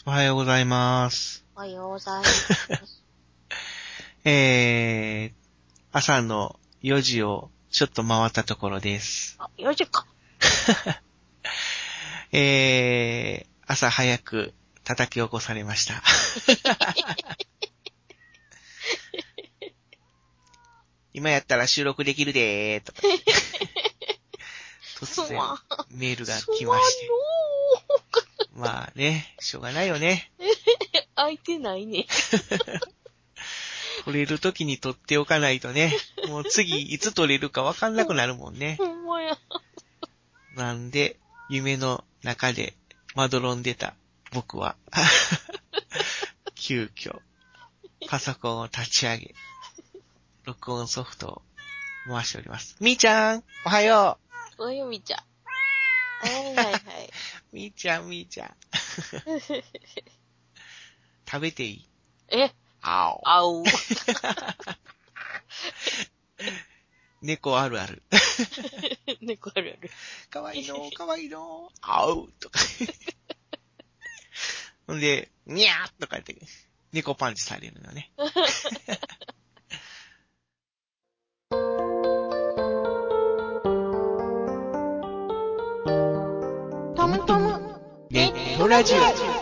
おはようございます。 おはようございます。 朝の4時をちょっと回ったところです。 あ、4時か。 朝早く叩き起こされました。今やったら収録できるでーとか。突然メールが来まして。まあね、しょうがないよね。 空いてないね。 撮れる時に撮っておかないとね、もう次いつ撮れるかわかんなくなるもんね。 ほんまや。 なんで、夢の中でまどろんでた僕は、急遽、パソコンを立ち上げ、録音ソフトを回しております。みーちゃん、おはよう。おはようみーちゃん。はいはいはい。 みーちゃん。食べていい？ あお。 猫あるある。 猫あるある。 かわいいの、あうとか。ほんで、にゃーとか言って、猫パンチされるのね。 トムトムネットラジオ。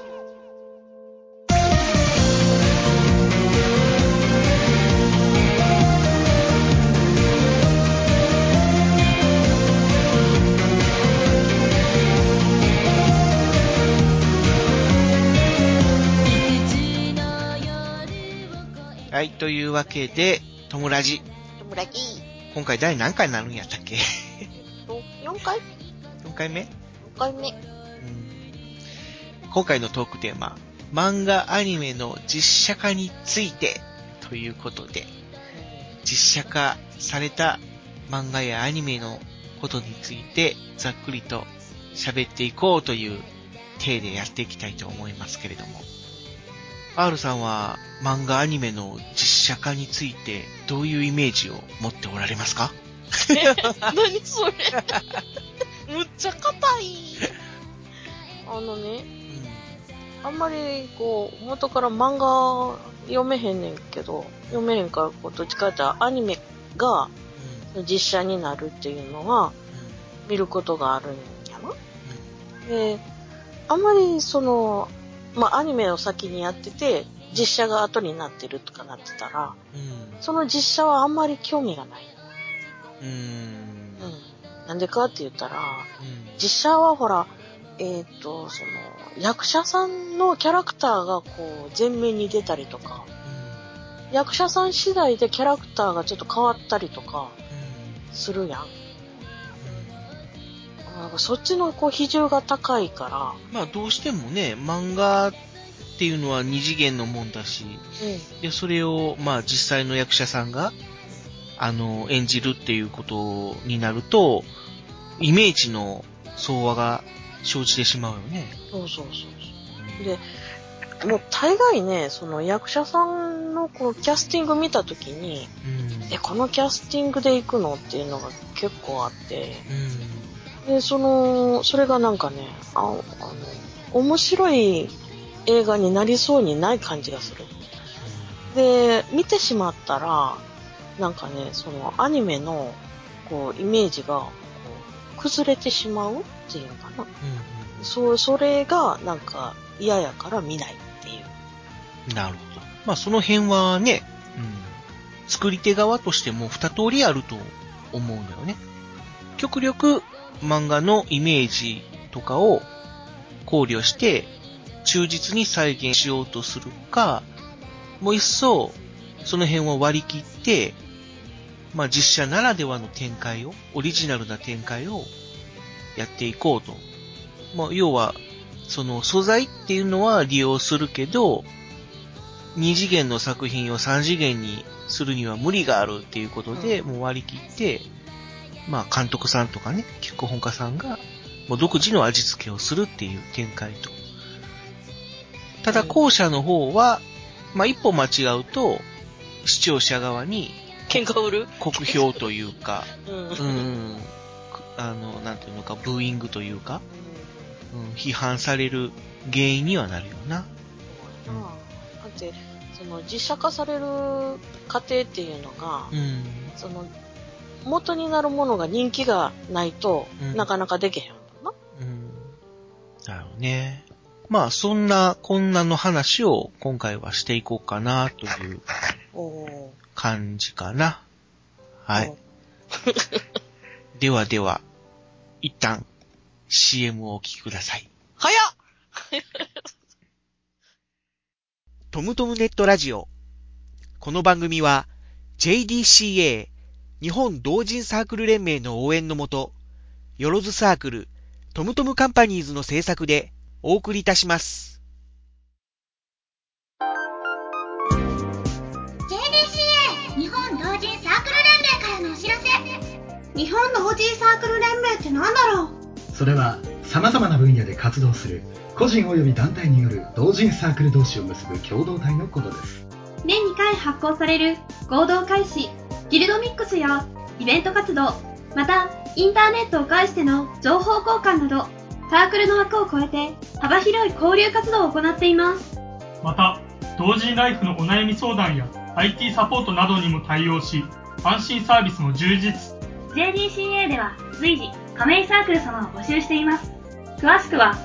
はい、というわけで、トムラジ。今回第何回になるんやったっけ ？4回 ?4 回目 ?4 回目。 今回のトークテーマ、漫画アニメの実写化についてということで、実写化された漫画やアニメのことについてざっくりと喋っていこうという体でやっていきたいと思いますけれども、R さんは漫画アニメの実写化についてどういうイメージを持っておられますか？ 何それむっちゃ硬い。あんまり元から漫画読めへんねんけど、読めへんからどっちかってアニメが実写になるっていうのは見ることがあるんやな。で、あんまりアニメを先にやってて、実写が後になってるとかなってたら、その実写はあんまり興味がない。なんでかって言ったら、実写はほら、役者さんのキャラクターが前面に出たりとか、役者さん次第でキャラクターがちょっと変わったりとか、するやん。そっちの比重が高いから。 まあどうしてもね、漫画っていうのは二次元のもんだし、で、それをまあ実際の役者さんが、演じるっていうことになると、イメージの相和が生じてしまうよね。 そう。で、もう大概ね、役者さんのキャスティング見たときに、このキャスティングで行くのっていうのが結構あって、で、それがなんかね、面白い映画になりそうにない感じがする。で、見てしまったら、なんかね、アニメの、イメージが、崩れてしまうっていうのかな。それが、なんか、嫌やから見ないっていう。 なるほど。まあ、その辺はね、作り手側としても二通りあると思うんだよね。極力、漫画のイメージとかを考慮して、忠実に再現しようとするか、もう一層、その辺を割り切って、まあ実写ならではの展開を、オリジナルな展開をやっていこうと。まあ要は、その素材っていうのは利用するけど、二次元の作品を三次元にするには無理があるっていうことで、もう割り切って、まあ監督さんとかね、脚本家さんが、もう独自の味付けをするっていう展開と。ただ後者の方は、まあ一歩間違うと、視聴者側に、 喧嘩売る酷評というか、なんていうのか、ブーイングというか、 批判される原因にはなるよな。 だって、その実写化される過程っていうのが、その元になるものが人気がないと、なかなかできへんもんな。 なるほどね。まあ、そんな、こんなの話を今回はしていこうかな、という感じかな。はい。ではでは、一旦 CM をお聞きください。 早っトムトムネットラジオ。この番組は JDCA 日本同人サークル連盟の応援のもと、よろずサークルトムトムカンパニーズの制作でお送りいたします。 JDCA 日本同人サークル連盟からのお知らせ。日本同人サークル連盟って何だろう。 それは様々な分野で活動する個人及び団体による同人サークル同士を結ぶ共同体のことです。 年2回発行される合同会誌ギルドミックスやイベント活動、またインターネットを介しての情報交換など、サークルの枠を超えて幅広い交流活動を行っています。 また同人ライフのお悩み相談や IT サポートなどにも対応し、安心サービスも充実。 JDCA では随時加盟サークル様を募集しています。詳しくは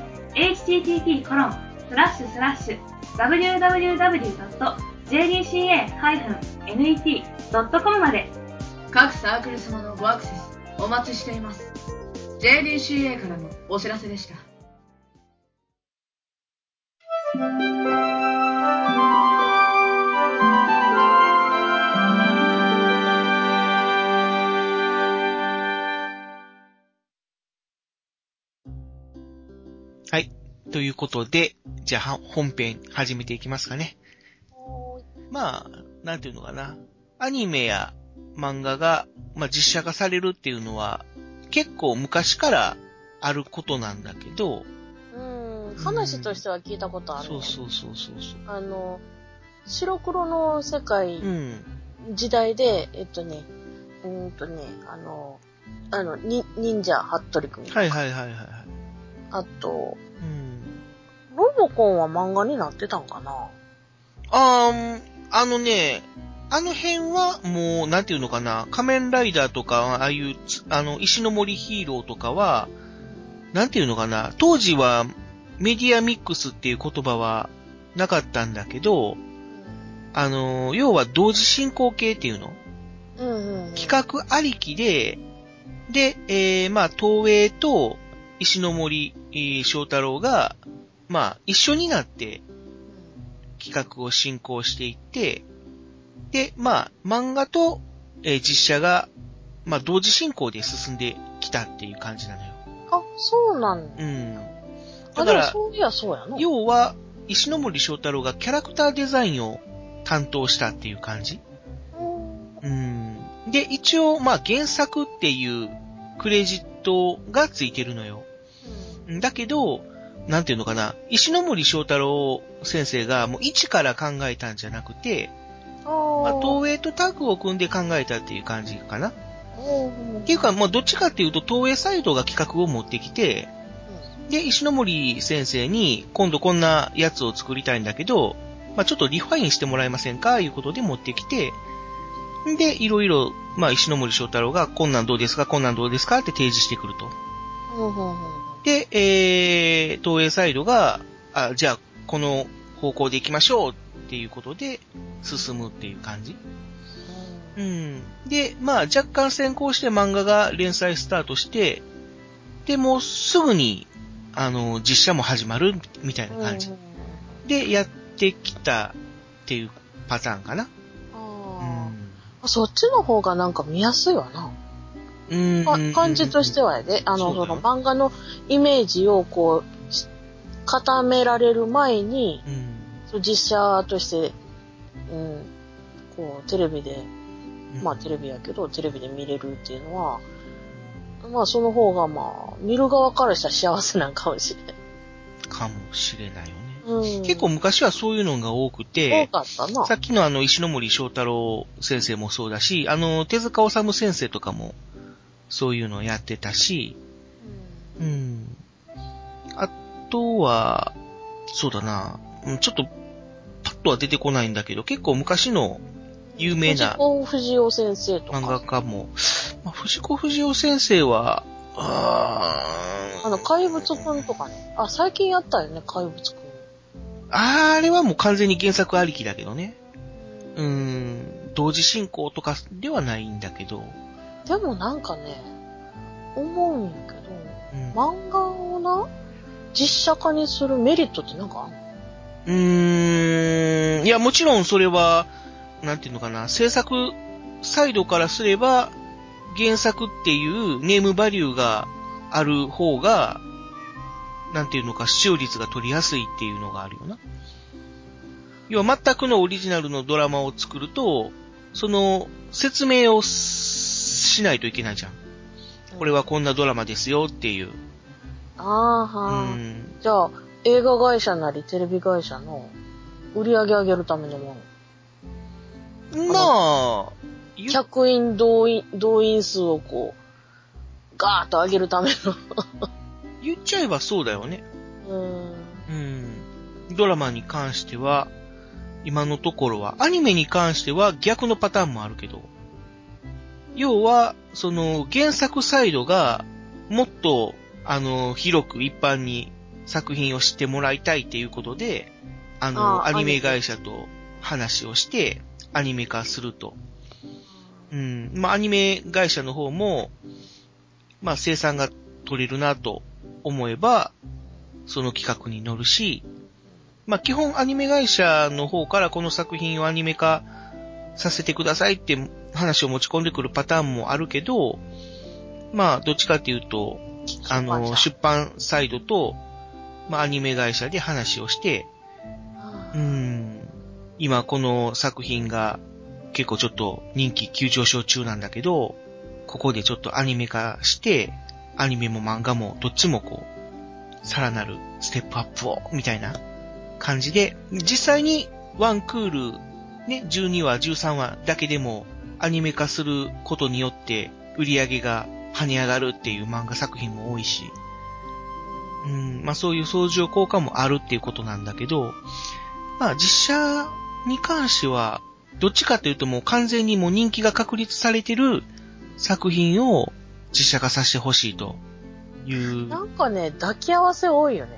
http://www.jdca-net.com まで。 各サークル様のごアクセスお待ちしています。 JDCA からのお知らせでした。 はい。ということで、じゃあ本編始めていきますかね。まあ、なんていうのかな。アニメや漫画が、実写化されるっていうのは、結構昔からあることなんだけど、 話としては聞いたことある、ね。 そう。 白黒の世界、時代で、忍者、服部くん。 はい。 あと、ロボコンは漫画になってたんかな？ あの辺はもう、なんていうのかな、仮面ライダーとか、ああいう、石の森ヒーローとかは、なんていうのかな、当時はメディアミックスっていう言葉はなかったんだけど、要は同時進行形っていうの、企画ありきで、東映と石の森章太郎が、一緒になって企画を進行していって、で、漫画と、実写が、同時進行で進んできたっていう感じなのよ。 あ、そうなんだ。だから、そういやそうやな。 要は、石ノ森章太郎がキャラクターデザインを担当したっていう感じ。で、一応、原作っていうクレジットがついてるのよ。だけど、なんていうのかな、石ノ森章太郎先生がもう一から考えたんじゃなくて、東映とタッグを組んで考えたっていう感じかな。っていうか、どっちかっていうと、東映サイドが企画を持ってきて、で、石ノ森先生に、今度こんなやつを作りたいんだけど、ちょっとリファインしてもらえませんかいうことで持ってきて、で、いろいろ、石ノ森章太郎が、こんなんどうですかって提示してくると。で、東映サイドが、じゃあ、この方向で行きましょうっていうことで、進むっていう感じ。で、若干先行して漫画が連載スタートして、で、もうすぐに、実写も始まるみたいな感じ。で、やってきたっていうパターンかな。 そっちの方がなんか見やすいわな。感じとしてはやで、その漫画のイメージをこう、固められる前に、実写として、こう、テレビで、テレビやけど、テレビで見れるっていうのは、その方が見る側からしたら幸せなんかもしれない。 かもしれないよね。結構昔はそういうのが多くて、 多かったな。 さっきの石ノ森章太郎先生もそうだし、手塚治虫先生とかもそういうのをやってたし、 とは、そうだな、ちょっと、パッとは出てこないんだけど、結構昔の有名な藤子不二雄先生とか。 漫画家も、藤子不二雄先生は、 怪物くんとかね。最近やったよね、怪物くん。 あれはもう完全に原作ありきだけどね。同時進行とかではないんだけど。 でもなんかね、思うんやけど、漫画をな、実写化にするメリットってなんかあんの？ いや、もちろんそれは、なんていうのかな、制作サイドからすれば、原作っていうネームバリューがある方が、なんていうのか、視聴率が取りやすいっていうのがあるよな。要は全くのオリジナルのドラマを作ると、その説明をしないといけないじゃん。これはこんなドラマですよっていう。 じゃあ、映画会社なりテレビ会社の売り上げ上げるためのもの。客員動員数をこう、ガーッと上げるための。 言っちゃえばそうだよね。ドラマに関しては、今のところは、アニメに関しては逆のパターンもあるけど、要は、その原作サイドがもっと、広く一般に作品を知ってもらいたいっていうことで、アニメ会社と話をして、アニメ化すると。アニメ会社の方も、生産が取れるなと思えば、その企画に乗るし、基本アニメ会社の方からこの作品をアニメ化させてくださいって話を持ち込んでくるパターンもあるけど、どっちかっていうと、出版サイドと、アニメ会社で話をして、今この作品が結構ちょっと人気急上昇中なんだけど、ここでちょっとアニメ化して、アニメも漫画もどっちもこう、さらなるステップアップを、みたいな感じで、実際にワンクール、ね、12話、13話だけでもアニメ化することによって売り上げが跳ね上がるっていう漫画作品も多いし、そういう相乗効果もあるっていうことなんだけど、実写に関しては、どっちかというともう完全にもう人気が確立されてる作品を実写化させてほしいという。 なんかね、抱き合わせ多いよね。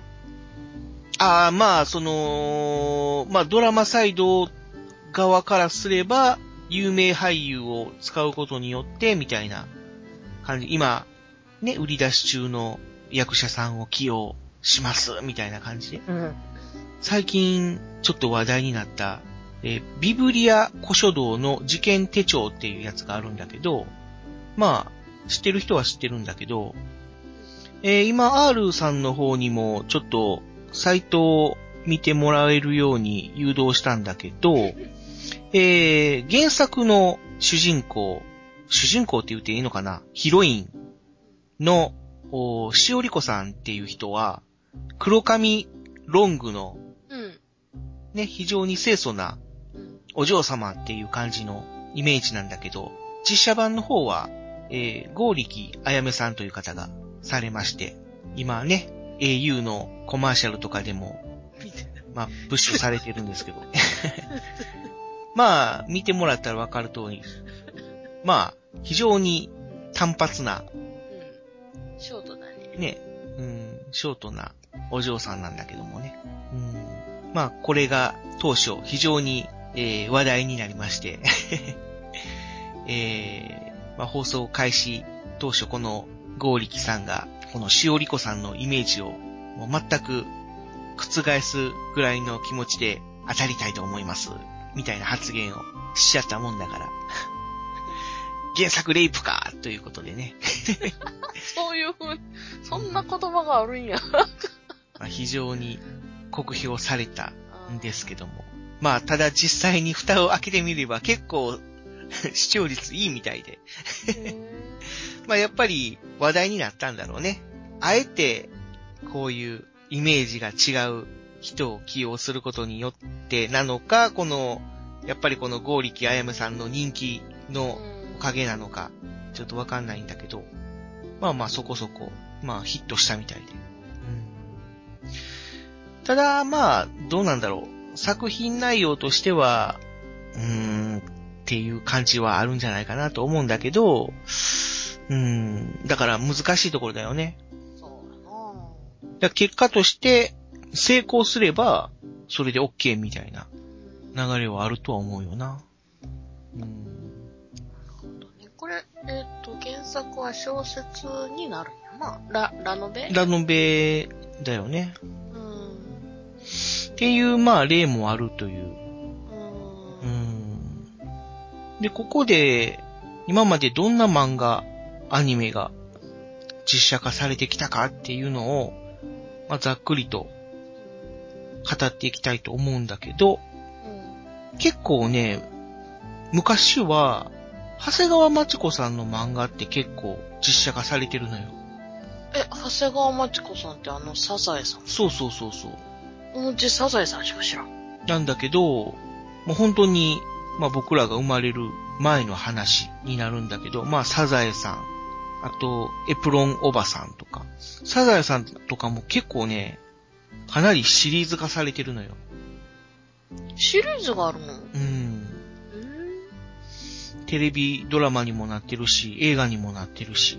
ドラマサイド側からすれば、有名俳優を使うことによって、みたいな感じ。今、ね、売り出し中の役者さんを起用します、みたいな感じで。最近、ちょっと話題になった、ビブリア古書道の事件手帳っていうやつがあるんだけど、知ってる人は知ってるんだけど、今、R さんの方にも、ちょっと、サイトを見てもらえるように誘導したんだけど、原作の主人公って言っていいのかな？ヒロインの、しおりこさんっていう人は、黒髪ロングの、ね、非常に清楚なお嬢様っていう感じのイメージなんだけど、実写版の方は、剛力あやめさんという方がされまして、今ね、au のコマーシャルとかでも、プッシュされてるんですけど。見てもらったらわかる通り、非常に単発な、 ショートだね。 ね、ショートなお嬢さんなんだけどもね。これが当初非常に、話題になりまして、放送開始当初この剛力さんが、このしおりこさんのイメージをもう全く覆すぐらいの気持ちで当たりたいと思います。みたいな発言をしちゃったもんだから。原作レイプかということでね。 そういう風に、そんな言葉があるんや。 非常に酷評されたんですけども。ただ実際に蓋を開けてみれば結構視聴率いいみたいで。やっぱり話題になったんだろうね。あえてこういうイメージが違う人を起用することによってなのか、やっぱりこの剛力あやめさんの人気のおかげなのか、ちょっとわかんないんだけど、そこそこ、ヒットしたみたいで。 ただ、まあ、どうなんだろう。作品内容としては、っていう感じはあるんじゃないかなと思うんだけど、だから難しいところだよね。 そうやな。 だから結果として成功すれば、それで OK みたいな流れはあるとは思うよな。 なるほどね。これ、原作は小説になるんやな。ラノベ？ ラノベだよね。っていう、まあ、例もあるという。で、ここで、今までどんな漫画、アニメが実写化されてきたかっていうのを、まあ、ざっくりと語っていきたいと思うんだけど、結構ね、昔は、長谷川町子さんの漫画って結構実写化されてるのよ。 長谷川町子さんってサザエさん？ そうそうそうそう。 サザエさんしか知らん。 なんだけど、もう本当に、まあ僕らが生まれる前の話になるんだけど、まあサザエさん、あとエプロンおばさんとか、サザエさんとかも結構ね、かなりシリーズ化されてるのよ。 シリーズがあるの？ テレビドラマにもなってるし、映画にもなってるし。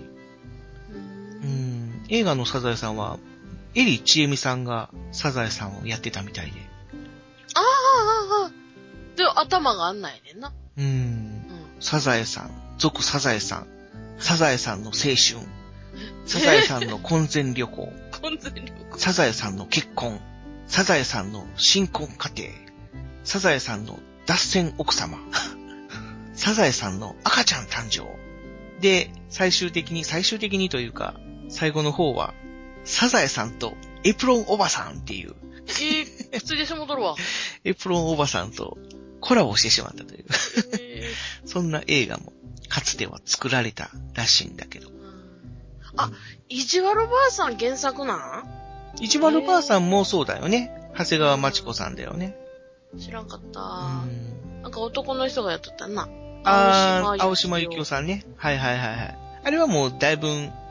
映画のサザエさんは、エリちえみさんがサザエさんをやってたみたいで。 で、頭があんないねんな。 サザエさん、続サザエさん、サザエさんの青春、サザエさんの婚前旅行、サザエさんの結婚、サザエさんの新婚家庭、サザエさんの脱線奥様、サザエさんの赤ちゃん誕生。で、最終的にというか、最後の方は、サザエさんとエプロンおばさんっていう。 普通でし戻るわ。 エプロンおばさんとコラボしてしまったという。そんな映画もかつては作られたらしいんだけど。 意地悪ばあさん原作なん？ 意地悪ばあさんもそうだよね。長谷川町子さんだよね。 知らんかった。なんか男の人がやっとったな。 青島由紀夫さんね。はい。あれはもうだいぶ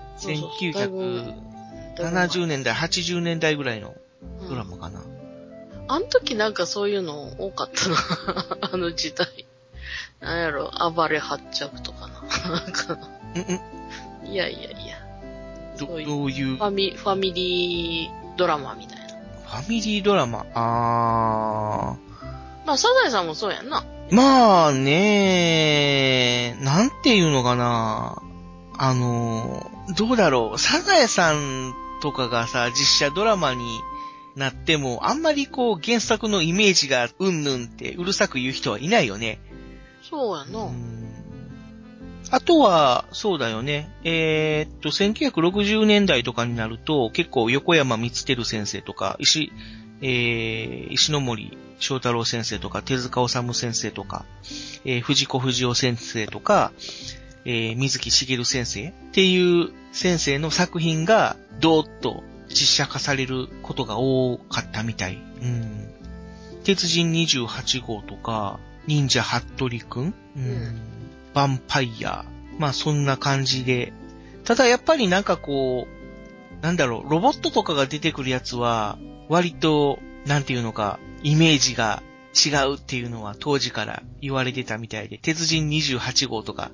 1970年代、80年代ぐらいのドラマかな。 あの時なんかそういうの多かったな。あの時代。なんやろ、暴れ発着とかな。なんかいや。 どういうファミリードラマみたいな。 ファミリードラマまあ、サザエさんもそうやんな。 まあね、なんていうのかな。どうだろう。サザエさんとかがさ、実写ドラマになっても、あんまりこう原作のイメージがうんぬんってうるさく言う人はいないよね。 そうやな。 あとは、そうだよね。1960年代とかになると、結構横山光輝先生とか、石ノ森章太郎先生とか、手塚治虫先生とか、藤子不二雄先生とか、水木しげる先生っていう先生の作品が、どーっと実写化されることが多かったみたい。鉄人28号とか、忍者ハットリくん、ヴァンパイア。まあそんな感じで。ただやっぱりなんかこう、なんだろう、ロボットとかが出てくるやつは、割と、なんていうのか、イメージが違うっていうのは当時から言われてたみたいで、鉄人28号とか。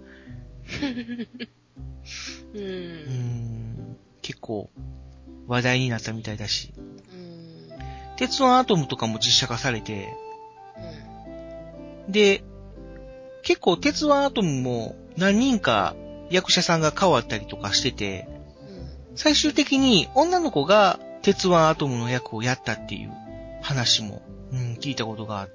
結構話題になったみたいだし。鉄腕アトムとかも実写化されて、で、結構鉄腕アトムも何人か役者さんが変わったりとかしてて、最終的に女の子が鉄腕アトムの役をやったっていう話も、聞いたことがあって、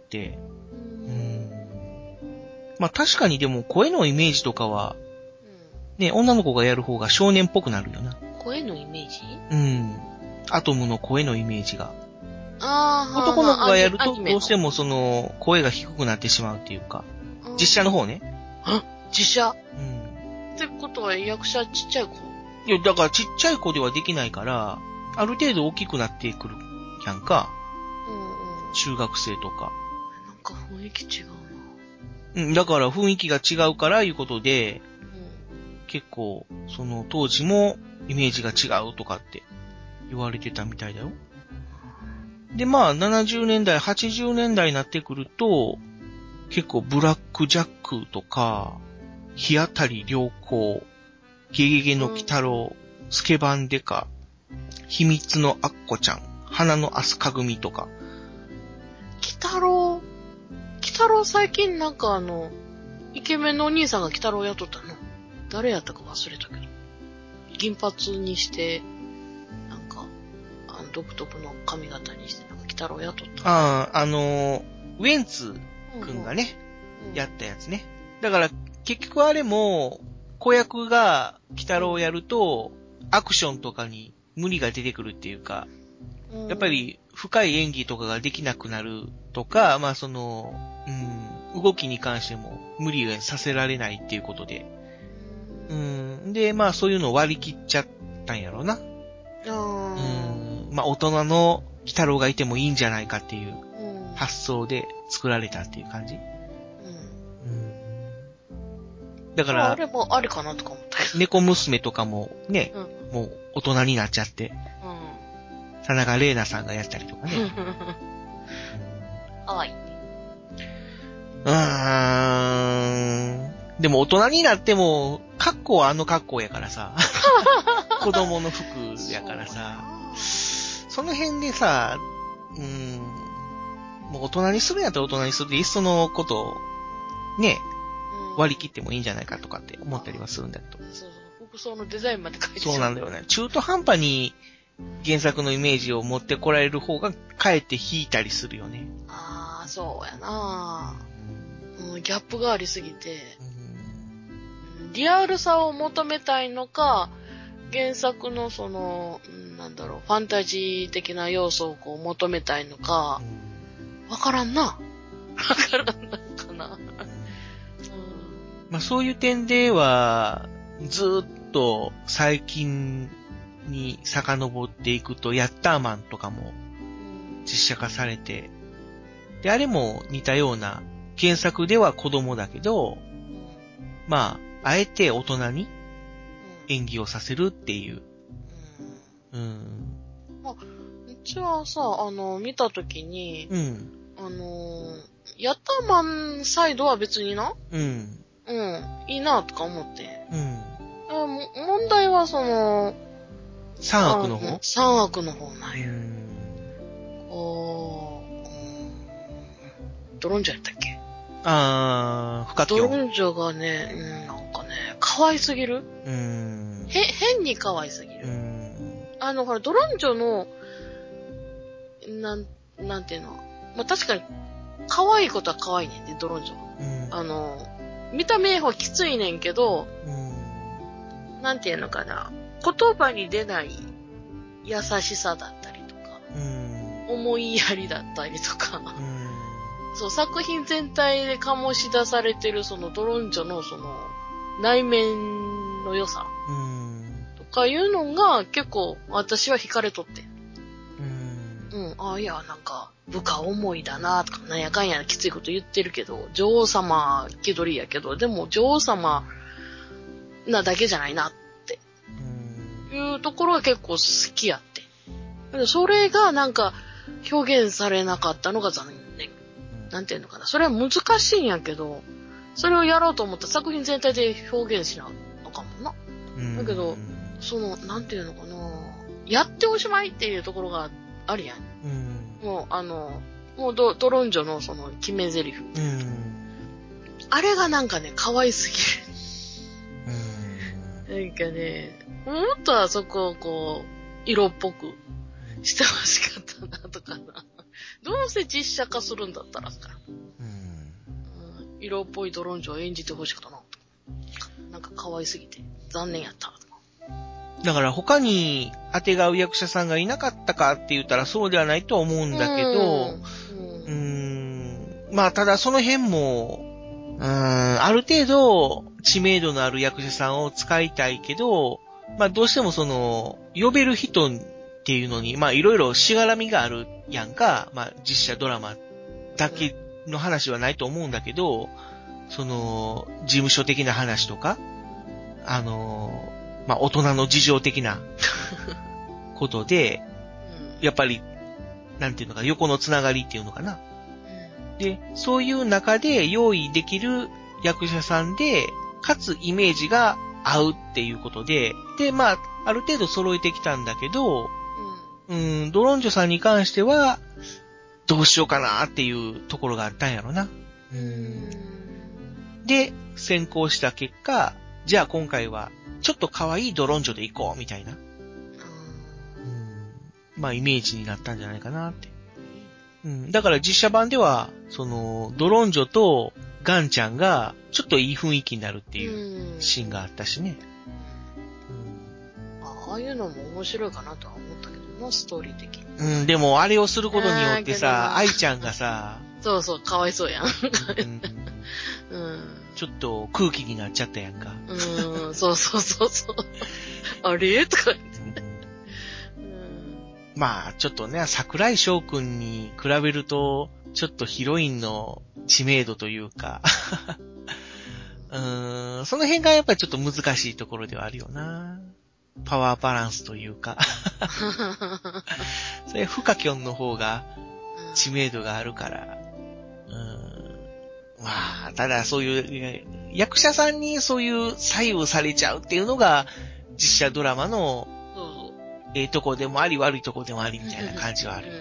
まあ確かにでも声のイメージとかは、ね、女の子がやる方が少年っぽくなるよな。 声のイメージ？ アトムの声のイメージが。 男男の子がやるとどうしてもその声が低くなってしまうっていうか、実写の方ね。 実写？ってことは役者ちっちゃい子？ いや、だからちっちゃい子ではできないから、ある程度大きくなってくるやんか。中学生とか。 なんか雰囲気違うな。 だから雰囲気が違うからいうことで、結構、その当時もイメージが違うとかって言われてたみたいだよ。 で、まあ、70年代、80年代になってくると、結構ブラックジャックとか、日当たり良好、ゲゲゲの鬼太郎、スケバンデカ、秘密のアッコちゃん、花のアスカ組とか。 鬼太郎最近なんかイケメンのお兄さんが鬼太郎雇ったの。誰やったか忘れたけど。銀髪にして、なんか、独特の髪型にして、なんか鬼太郎雇った。 ああ、ウェンツくんがね、やったやつね。だから、結局あれも、子役が鬼太郎をやると、アクションとかに無理が出てくるっていうか、やっぱり深い演技とかができなくなるとか、まあ動きに関しても無理がさせられないっていうことで。で、まあそういうのを割り切っちゃったんやろうな。まあ大人の鬼太郎がいてもいいんじゃないかっていう発想で作られたっていう感じ。だから、 あれもありかなとか思ったけど。 猫娘とかもね、もう大人になっちゃって、田中玲奈さんがやったりとかね。 かわいい。 でも大人になっても、格好は格好やからさ。子供の服やからさ。その辺でさ、もう大人にするんやったら大人にするでいっそのことを、ね、割り切ってもいいんじゃないかとかって思ったりはするんだけど。 そう。服装のデザインまで書いてそうなんだよね。中途半端に原作のイメージを持ってこられる方が、かえって引いたりするよね。 ああ、そうやな。ギャップがありすぎて、リアルさを求めたいのか、原作のファンタジー的な要素をこう求めたいのか、わからんなかな。 まあそういう点では、ずーっと最近に遡っていくと、ヤッターマンとかも実写化されて、で、あれも似たような、原作では子供だけど、まあ、あえて大人に演技をさせるっていう。 まあ、うちはさ、見たときに、ヤッターマンサイドは別にな、いいなとか思って。問題は3 悪の方 ?3 悪の方なんや。ドロンジョやったっけ？ 深きょ。 ドロンジョがね、なんかね、可愛すぎる？変に可愛すぎる。ほら、ドロンジョの、なんていうの。まあ、確かに、可愛いことは可愛いねんで、ドロンジョは。見た目はきついねんけど、なんていうのかな。言葉に出ない優しさだったりとか、思いやりだったりとか、そう、作品全体で醸し出されてるそのドロンジョの内面の良さとかいうのが結構私は惹かれとって。いや、なんか部下思いだなとか、なんやかんやきついこと言ってるけど、女王様気取りやけど、でも女王様なだけじゃないなっていうところが結構好きやって。それがなんか表現されなかったのが残念。なんていうのかな。それは難しいんやけど、それをやろうと思ったら作品全体で表現しなのかもな。だけど、なんていうのかな。やっておしまいっていうところがあるやん。もうドロンジョの決め台詞。あれがなんかね、可愛すぎる。なんかね、もっとあそこをこう、色っぽくしてほしかったなとかな。どうせ実写化するんだったらさ、色っぽいドロンジョを演じてほしかったな。なんか可愛すぎて残念やった。 だから他に当てがう役者さんがいなかったかって言ったらそうではないと思うんだけど、まあただその辺も、ある程度知名度のある役者さんを使いたいけど、まあどうしても呼べる人っていうのに、まあいろいろしがらみがあるやんか、まあ実写ドラマだけの話はないと思うんだけど、事務所的な話とか、まあ大人の事情的なことで、やっぱりなんていうのか、横のつながりっていうのかな。で、そういう中で用意できる役者さんで、かつイメージが合うっていうことで、で、まあ、ある程度揃えてきたんだけど、ドロンジョさんに関しては、どうしようかなっていうところがあったんやろな。で、選考した結果、じゃあ今回は、ちょっと可愛いドロンジョで行こう、みたいな。まあ、イメージになったんじゃないかなって。だから実写版では、ドロンジョとガンちゃんが、ちょっといい雰囲気になるっていうシーンがあったしね。 ああいうのも面白いかなとは思ったけどな、ストーリー的に。 でもあれをすることによってさ、愛ちゃんがさ、 そうそう、かわいそうやん。 ちょっと空気になっちゃったやんか。 そうそうそうそう。あれとか言って。 まあ、ちょっとね、桜井翔くんに比べると、ちょっとヒロインの知名度というか、その辺がやっぱりちょっと難しいところではあるよな。パワーバランスというか。それフカキョンの方が知名度があるから。まあ、ただそういう役者さんにそういう左右されちゃうっていうのが実写ドラマのとこでもあり悪いとこでもありみたいな感じはあるよ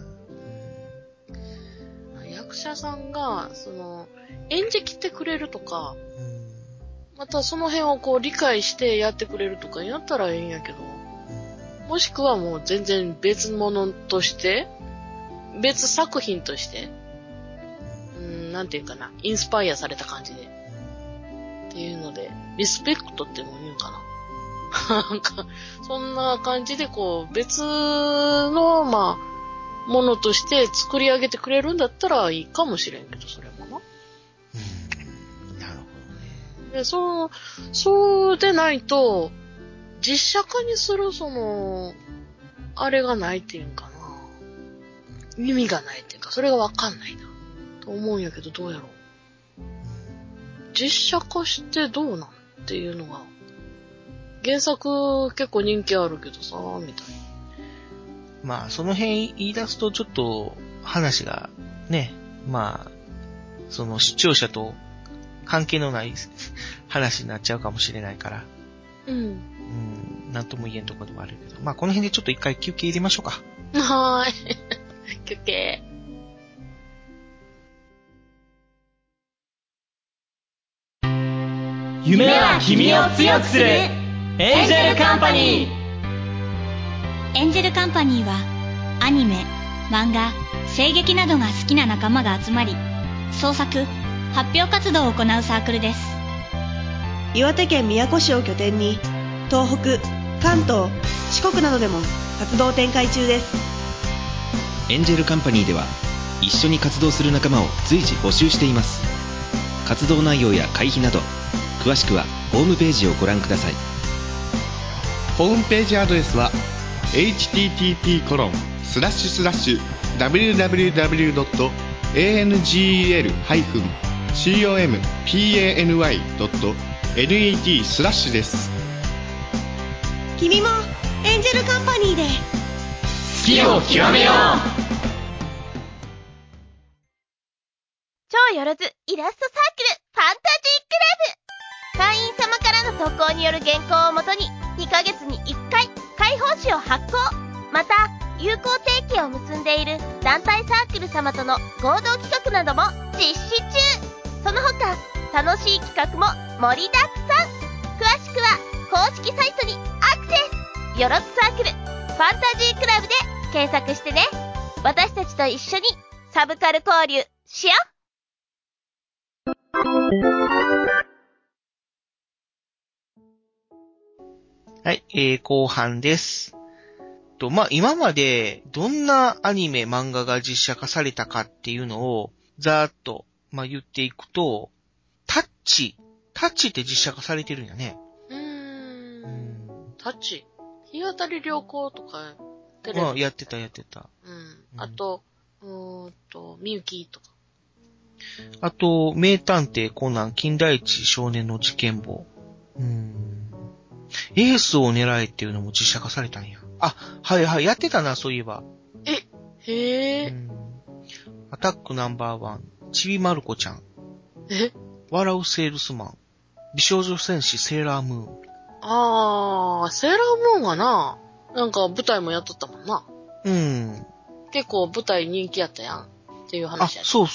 な。 役者さんが演じきってくれるとか、またその辺をこう理解してやってくれるとかやったらいいんやけど、もしくはもう全然別物として、別作品として、なんていうかな、インスパイアされた感じで、っていうので、リスペクトっても言うかな。なんか、そんな感じでこう、別の、まあ、ものとして作り上げてくれるんだったらいいかもしれんけど、それもな。 なるほどね。 で、そうでないと、実写化にするあれがないっていうんかな。意味がないっていうか、それがわかんないな。と思うんやけど、どうやろう。実写化してどうなんっていうのが、原作結構人気あるけどさ、みたいな。 まあ、その辺言い出すとちょっと話がね、まあ、視聴者と関係のない話になっちゃうかもしれないから。なんとも言えんところでもあるけど。まあ、この辺でちょっと一回休憩入れましょうか。 はーい。休憩。 夢は君を強くするエンジェルカンパニー。 エンジェルカンパニーはアニメ、漫画、声劇などが好きな仲間が集まり創作、発表活動を行うサークルです。 岩手県宮古市を拠点に東北、関東、四国などでも活動展開中です。 エンジェルカンパニーでは一緒に活動する仲間を随時募集しています。活動内容や会費など詳しくはホームページをご覧ください。 ホームページアドレスは http://www.angel-company.net/ 君もエンジェルカンパニーで好きを極めよう。 超よろずイラストサークルファンタジークラブ、会員様からの投稿による原稿をもとに2ヶ月に1回開放誌を発行。また友好提携を結んでいる団体サークル様との合同企画なども実施中。その他楽しい企画も盛りだくさん。詳しくは公式サイトにアクセス。よろずサークルファンタジークラブで検索してね。私たちと一緒にサブカル交流しよう。 はい、後半です。まあ、今までどんなアニメ、漫画が実写化されたかっていうのをざーっと、まあ、言っていくと、タッチって実写化されてるんやね。 タッチ日当たり良好とかテレビやってた。 あと、みゆきとか。 あと、名探偵コナン金田一少年の事件簿。エースを狙えっていうのも実写化されたんや。あ、はいはい、やってたな、そういえば。 へえ。 アタックナンバー1、ちびまる子ちゃん。笑うセールスマン。美少女戦士セーラームーン。 セーラームーンはな、なんか舞台もやっとったもんな。結構舞台人気やったやん。っていう話やった。 そう。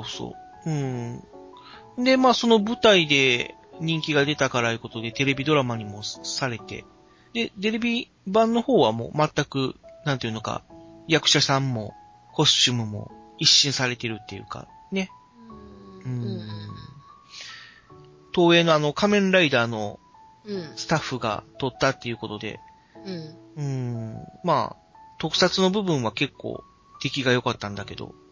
で、まあその舞台で人気が出たからいうことでテレビドラマにもされて、で、テレビ版の方はもう全く、なんていうのか、役者さんもコスチュームも一新されてるっていうか、ね。東映の仮面ライダーのスタッフが撮ったっていうことで、まあ、特撮の部分は結構出来が良かったんだけど、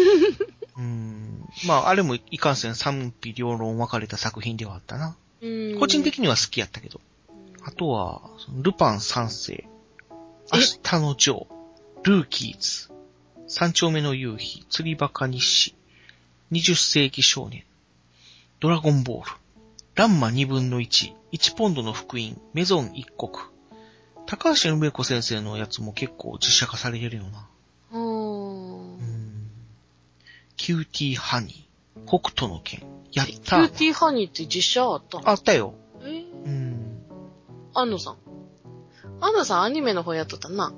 まあ、あれもいかんせん賛否両論分かれた作品ではあったな。個人的には好きやったけど。あとは、ルパン三世、明日のジョー、ルーキーズ、三丁目の夕日、釣りバカ日誌、20世紀少年、ドラゴンボール、ランマ2分の1、1ポンドの福音、メゾン一国。高橋梅子先生のやつも結構実写化されてるよな。キューティーハニー、北斗の拳、やったー。 キューティーハニーって実写あったの？ あったよ。 安野さん。安野さんアニメの方やっとったな。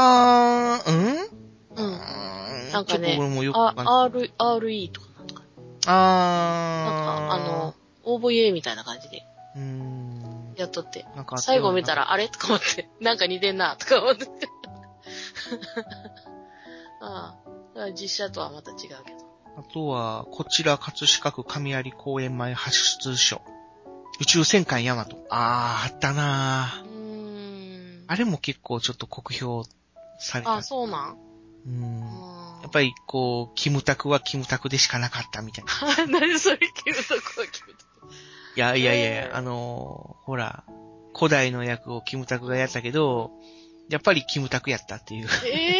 なんかね、RE とかなんとか。なんかOVA みたいな感じで。やっとって。最後見たら、あれとか思って、なんか似てんな、とか思って。実写とはまた違うけど。 あとは、こちら葛飾区上有公園前発出所。宇宙戦艦ヤマト。あったなぁ。あれも結構ちょっと酷評された。 そうなん？ やっぱりこう、キムタクはキムタクでしかなかったみたいな。 何それ、キムタクはキムタク。 いや、ほら、古代の役をキムタクがやったけど、やっぱりキムタクやったっていう。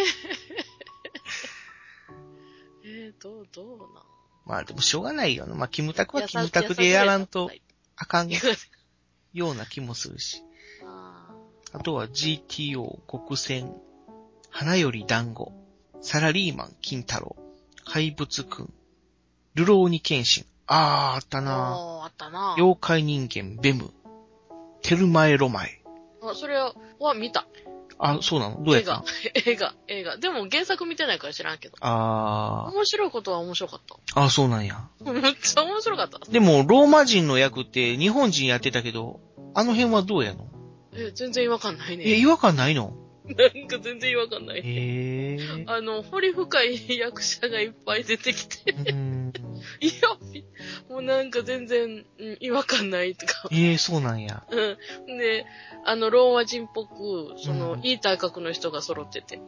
どうなん？ まあでもしょうがないよな。まあキムタクはキムタクでやらんとあかんような気もするし。あとは GTO 極戦、花より団子、サラリーマン金太郎、怪物くん、ルローニケンシン。あったな。 あったな。 妖怪人間ベム、テルマエロマエ。 それは見た。 そうなの？どうやったの？ 映画。でも原作見てないから知らんけど。面白いことは面白かった。 そうなんや。 めっちゃ面白かった。 でも、ローマ人の役って日本人やってたけど、あの辺はどうやの？ 全然違和感ないね。 違和感ないの？ なんか全然違和感ないね。掘り深い役者がいっぱい出てきて。いや、もうなんか全然、違和感ないとか。 そうなんや。 で、ローマ人っぽく、いい体格の人が揃ってて。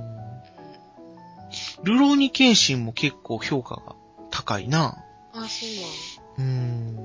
ルローニケンシンも結構評価が高いな。 そうなん。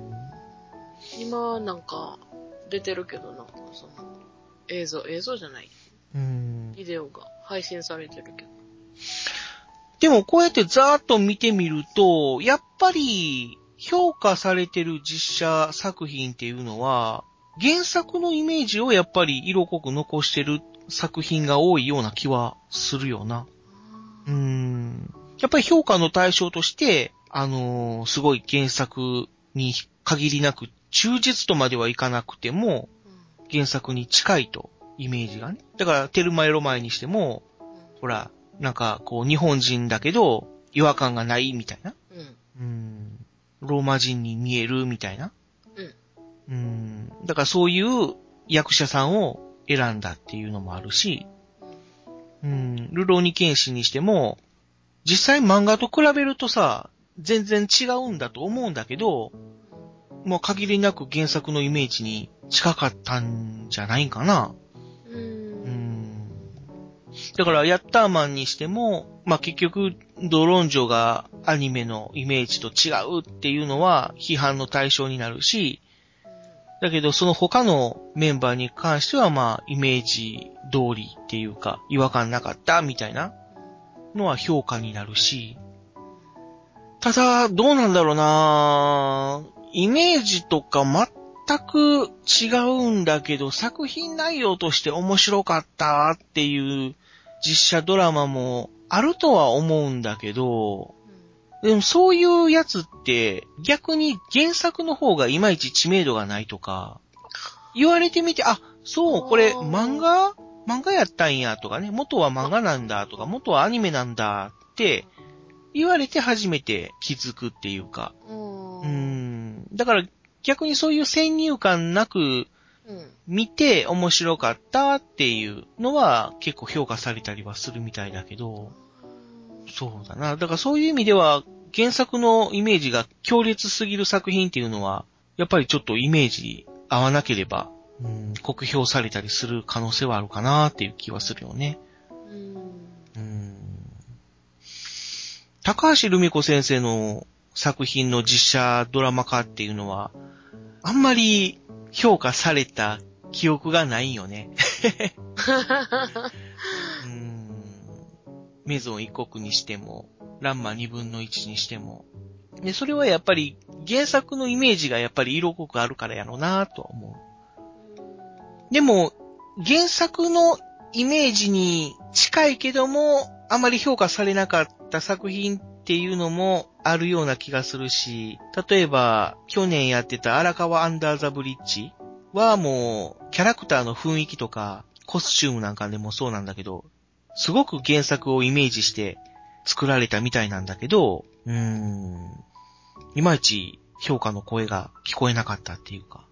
今、なんか、出てるけど、なんか、映像じゃない。ビデオが配信されてるけど。 でもこうやってざーっと見てみると、やっぱり評価されてる実写作品っていうのは、原作のイメージをやっぱり色濃く残してる作品が多いような気はするよな。やっぱり評価の対象として、すごい原作に限りなく忠実とまではいかなくても、原作に近いと、イメージがね。だから、テルマエロマエにしても、ほら、なんか、こう、日本人だけど、違和感がないみたいな。ローマ人に見えるみたいな。だからそういう役者さんを選んだっていうのもあるし、ルローニケンシンにしても、実際漫画と比べるとさ、全然違うんだと思うんだけど、もう限りなく原作のイメージに近かったんじゃないかな。だから、ヤッターマンにしても、まあ、結局、ドロンジョがアニメのイメージと違うっていうのは批判の対象になるし、だけどその他のメンバーに関してはまあ、イメージ通りっていうか、違和感なかったみたいなのは評価になるし、ただ、どうなんだろうなイメージとか全く違うんだけど、作品内容として面白かったっていう実写ドラマもあるとは思うんだけど、でもそういうやつって逆に原作の方がいまいち知名度がないとか、言われてみて、あ、そう、これ漫画やったんやとかね、元は漫画なんだとか、元はアニメなんだって言われて初めて気づくっていうか。だから逆にそういう先入観なく見て面白かったっていうのは結構評価されたりはするみたいだけど、そうだな。だからそういう意味では原作のイメージが強烈すぎる作品っていうのは、やっぱりちょっとイメージ合わなければ、酷評されたりする可能性はあるかなっていう気はするよね。高橋留美子先生の作品の実写ドラマ化っていうのは、あんまり評価された記憶がないよね。メゾン一国にしても、ランマ2分の1にしても。で、それはやっぱり原作のイメージがやっぱり色濃くあるからやろうなとは思う。でも、原作のイメージに近いけども、あまり評価されなかった作品っていうのもあるような気がするし、例えば、去年やってた荒川アンダーザブリッジはもう、キャラクターの雰囲気とか、コスチュームなんかでもそうなんだけど、すごく原作をイメージして作られたみたいなんだけど、いまいち評価の声が聞こえなかったっていうか。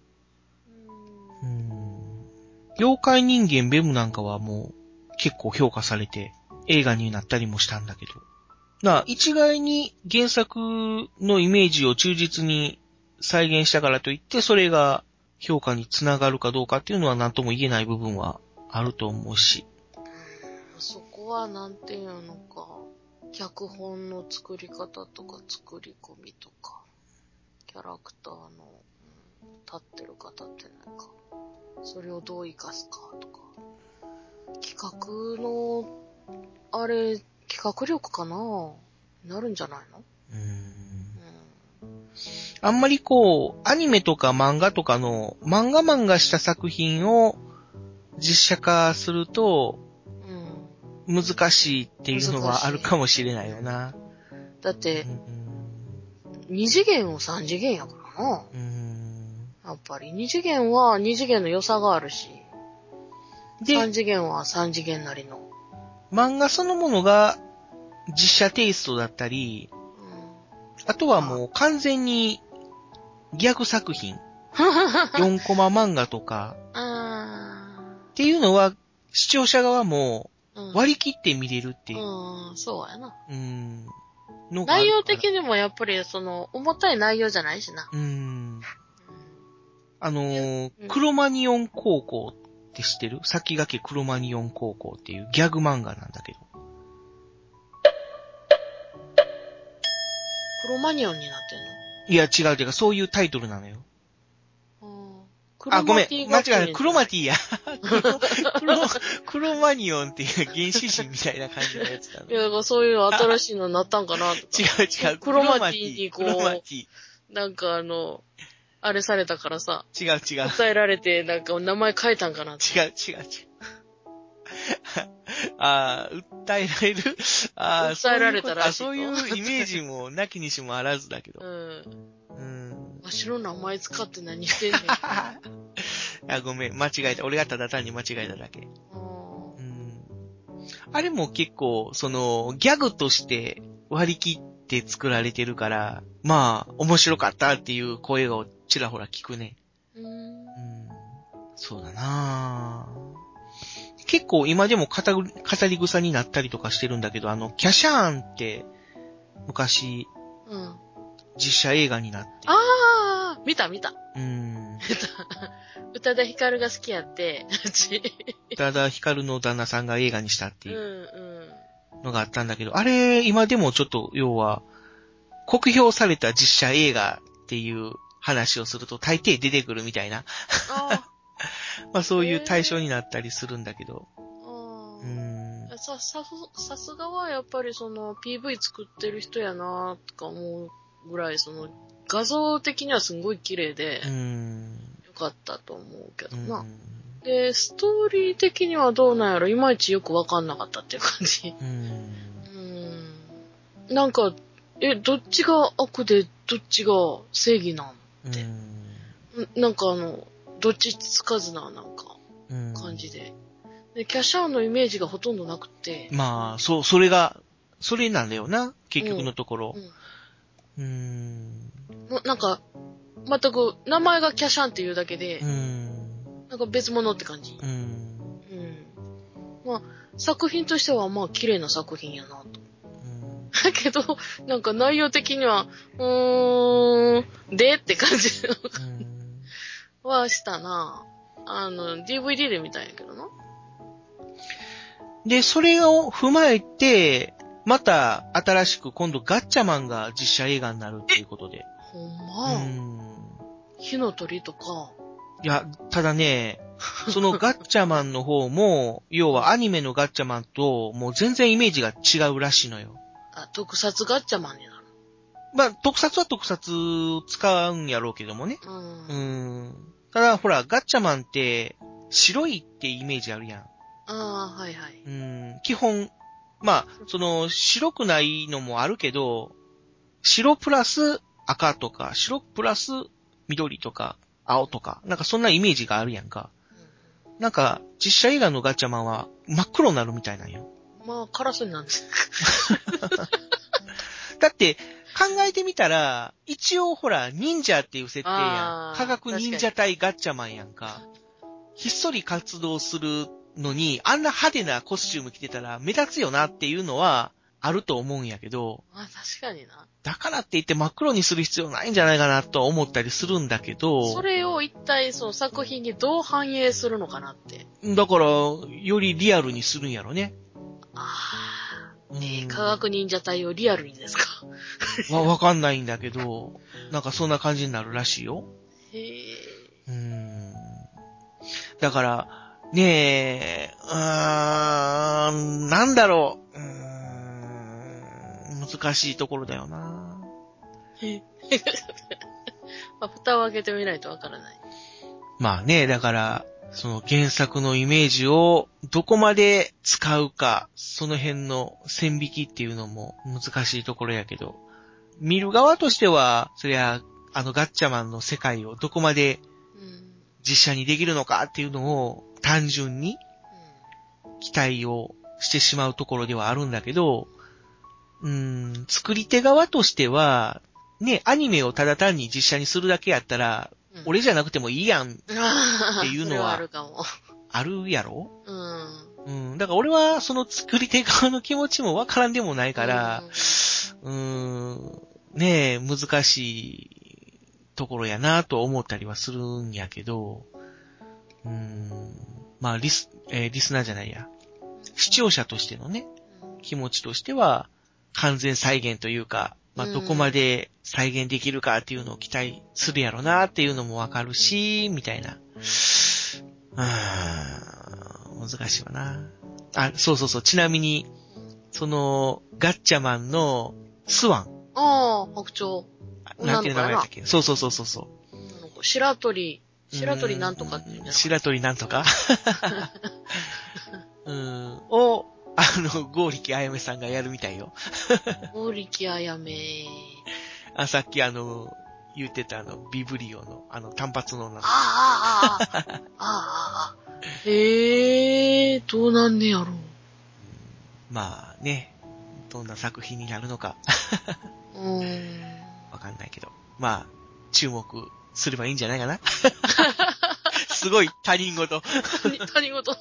妖怪人間ベムなんかはもう結構評価されて映画になったりもしたんだけど。一概に原作のイメージを忠実に再現したからといってそれが評価につながるかどうかっていうのは何とも言えない部分はあると思うし。 そこはなんていうのか、脚本の作り方とか作り込みとか、キャラクターの、立ってるか立ってないか、それをどう活かすかとか、企画の、企画力かなるんじゃないの？ あんまりアニメとか漫画とかの漫画した作品を実写化すると、難しいっていうのはあるかもしれないよな。 だって、2次元を3次元やからな。やっぱり2次元は2次元の良さがあるし、3次元は3次元なりの。 漫画そのものが実写テイストだったり、あとはもう完全にギャグ作品、4コマ漫画とか、っていうのは視聴者側も割り切って見れるっていう。 そうやな。内容的にもやっぱり重たい内容じゃないしな。 クロマニオン高校って知ってる？先駆けクロマニオン高校っていうギャグ漫画なんだけど。 クロマニオンになってんの？ いや、違う、そういうタイトルなのよ。ごめん、間違えた、クロマティや。クロマニオンっていう原始人みたいな感じのやつだね。 いや、だからそういう新しいのになったんかなとか。 違う、 クロマティになんかあれされたからさ。 違う。 訴えられて、なんか名前変えたんかな。 違う。訴えられる訴えられたらしい。 そういうイメージもなきにしもあらずだけど。 わしの名前使って何してんねん。 ごめん、間違えた。俺がただ単に間違えただけ。あれも結構、ギャグとして割り切って作られてるから、まあ、面白かったっていう声をちらほら聞くね。そうだなぁ。結構今でも語り草になったりとかしてるんだけど、キャシャーンって、昔、実写映画になって。 見た。宇多田ヒカルが好きやって、 宇多田ヒカルの旦那さんが映画にしたっていうのがあったんだけど、あれ、今でもちょっと、要は、酷評された実写映画っていう話をすると大抵出てくるみたいな。まあそういう対象になったりするんだけど。 さすがはやっぱりPV 作ってる人やなとか思うぐらい画像的にはすごい綺麗でよかったと思うけどな。で、ストーリー的にはどうなんやろ、いまいちよくわかんなかったっていう感じ。 なんか、どっちが悪で、どっちが正義なんって。なんかどっちつかずな、なんか、感じで。で、キャシャーのイメージがほとんどなくて。 まあ、それなんだよな、結局のところ。 なんか、全く名前がキャシャンっていうだけで、なんか別物って感じ。まあ、作品としてはまあ綺麗な作品やなと。だけど、なんか内容的には、でって感じはしたな。DVD で見たんやけどな。 で、それを踏まえて、また新しく今度ガッチャマンが実写映画になるっていうことで。 ほんま。火の鳥とか。 いや、ただね、そのガッチャマンの方も、要はアニメのガッチャマンともう全然イメージが違うらしいのよ。 特撮ガッチャマンになる。 まあ、特撮は特撮使うんやろうけどもね。ただ、ほら、ガッチャマンって、白いってイメージあるやん。 はいはい。 基本、まあ、白くないのもあるけど、白プラス赤とか、白プラス緑とか、青とか、なんかそんなイメージがあるやんか。なんか、実写映画のガッチャマンは真っ黒になるみたいなんよ。 まあ、カラスになんです。 だって、考えてみたら、一応ほら、忍者っていう設定やん。科学忍者隊ガッチャマンやんか。ひっそり活動するのに、あんな派手なコスチューム着てたら目立つよなっていうのは、あると思うんやけど。 確かにな。 だからって言って真っ黒にする必要ないんじゃないかなと思ったりするんだけど。 それを一体その作品にどう反映するのかなって。 だから、よりリアルにするんやろね。 科学忍者隊をリアルにですかわかんないんだけど、なんかそんな感じになるらしいよ。だから、ねえ、なんだろう。難しいところだよな。 蓋を開けてみないとわからない。 まあね、だから、その原作のイメージをどこまで使うか、その辺の線引きっていうのも難しいところやけど、見る側としては、そりゃ、ガッチャマンの世界をどこまで実写にできるのかっていうのを単純に期待をしてしまうところではあるんだけど、作り手側としては、ね、アニメをただ単に実写にするだけやったら、俺じゃなくてもいいやんっていうのはあるやろ？だから俺はその作り手側の気持ちもわからんでもないから、ねえ、難しいところやなと思ったりはするんやけど、まあリスナーじゃないや、視聴者としてのね、気持ちとしては完全再現というか、まあ、どこまで再現できるかっていうのを期待するやろなっていうのもわかるし、みたいな。難しいわな。そう。ちなみに、その、ガッチャマンのスワン。 白鳥。 なんていう名前だっけ？そう。 白鳥なんとかって言うんだ。 白鳥なんとかを、ゴーリキあやめさんがやるみたいよ。 ゴーリキあやめ。 さっき言ってたビブリオの、単発のどうなんねやろう。 まあね、どんな作品になるのか。わかんないけど。まあ、注目すればいいんじゃないかな。すごい他人事。 他人事。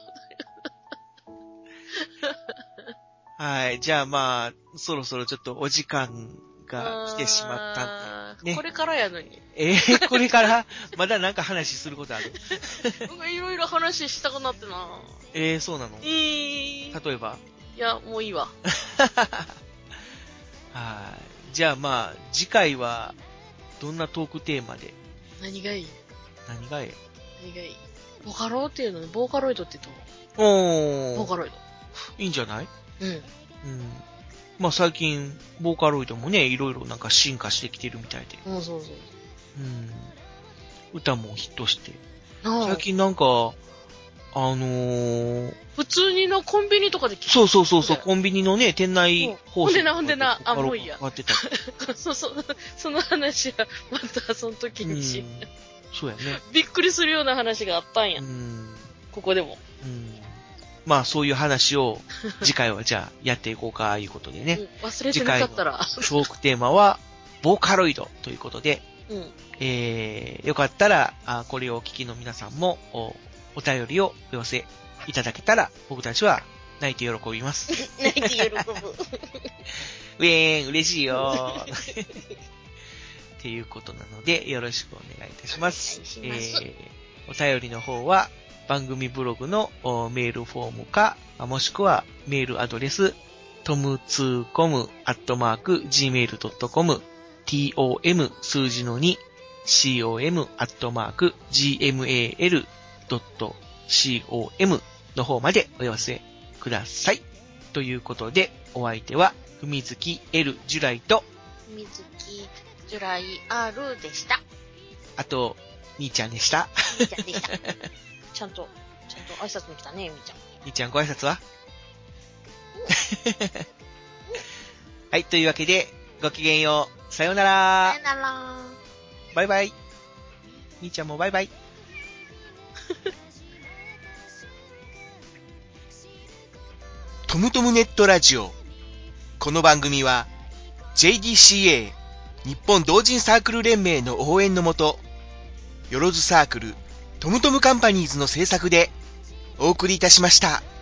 はい。じゃあまあ、そろそろちょっとお時間が来てしまったんで、ね。 これからやのに。 これからまだなんか話することある？ なんかいろいろ話したくなってな。 そうなの？例えば？ いや、もういいわ。 はい。じゃあまあ、次回はどんなトークテーマで？ 何がいい？ボカロっていうのね、ボーカロイドってどう？ボーカロイド。 いいんじゃない？まあ最近、ボーカロイドもね、いろいろなんか進化してきてるみたいで。 そう。 歌もヒットして。最近なんか、 普通にのコンビニとかで聞いそう、コンビニのね、店内放送。 ほんでな、もういいや。 終わってた。 その話は、またその時にし。 そうやね。 びっくりするような話があったんや。ここでも。 まあ、そういう話を、次回はじゃあ、やっていこうか、いうことでね。 忘れてなかったら。 トークテーマは、ボーカロイドということで、よかったら、これをお聞きの皆さんも、お便りをお寄せいただけたら、僕たちは泣いて喜びます。 泣いて喜ぶ。 ウェーン、嬉しいよっていうことなので、よろしくお願いいたします。お便りの方は、番組ブログのメールフォームか、もしくはメールアドレス、tom2com@gmail.com tom 数字の2 com@gmail.com の方までお寄せください。ということで、お相手は、ふみずき L ジュライと、 ふみずきジュライ R でした。 あと、兄ちゃんでした。 兄ちゃんでした。ちゃんと挨拶に来たね、みーちゃん。 兄ちゃんご挨拶ははい、というわけで、ごきげんよう。さようなら。 さようなら。 バイバイ。兄ちゃんもバイバイ。トムトムネットラジオ。この番組は JDCA 日本同人サークル連盟の応援のもと、よろずサークルトムトムカンパニーズの制作でお送りいたしました。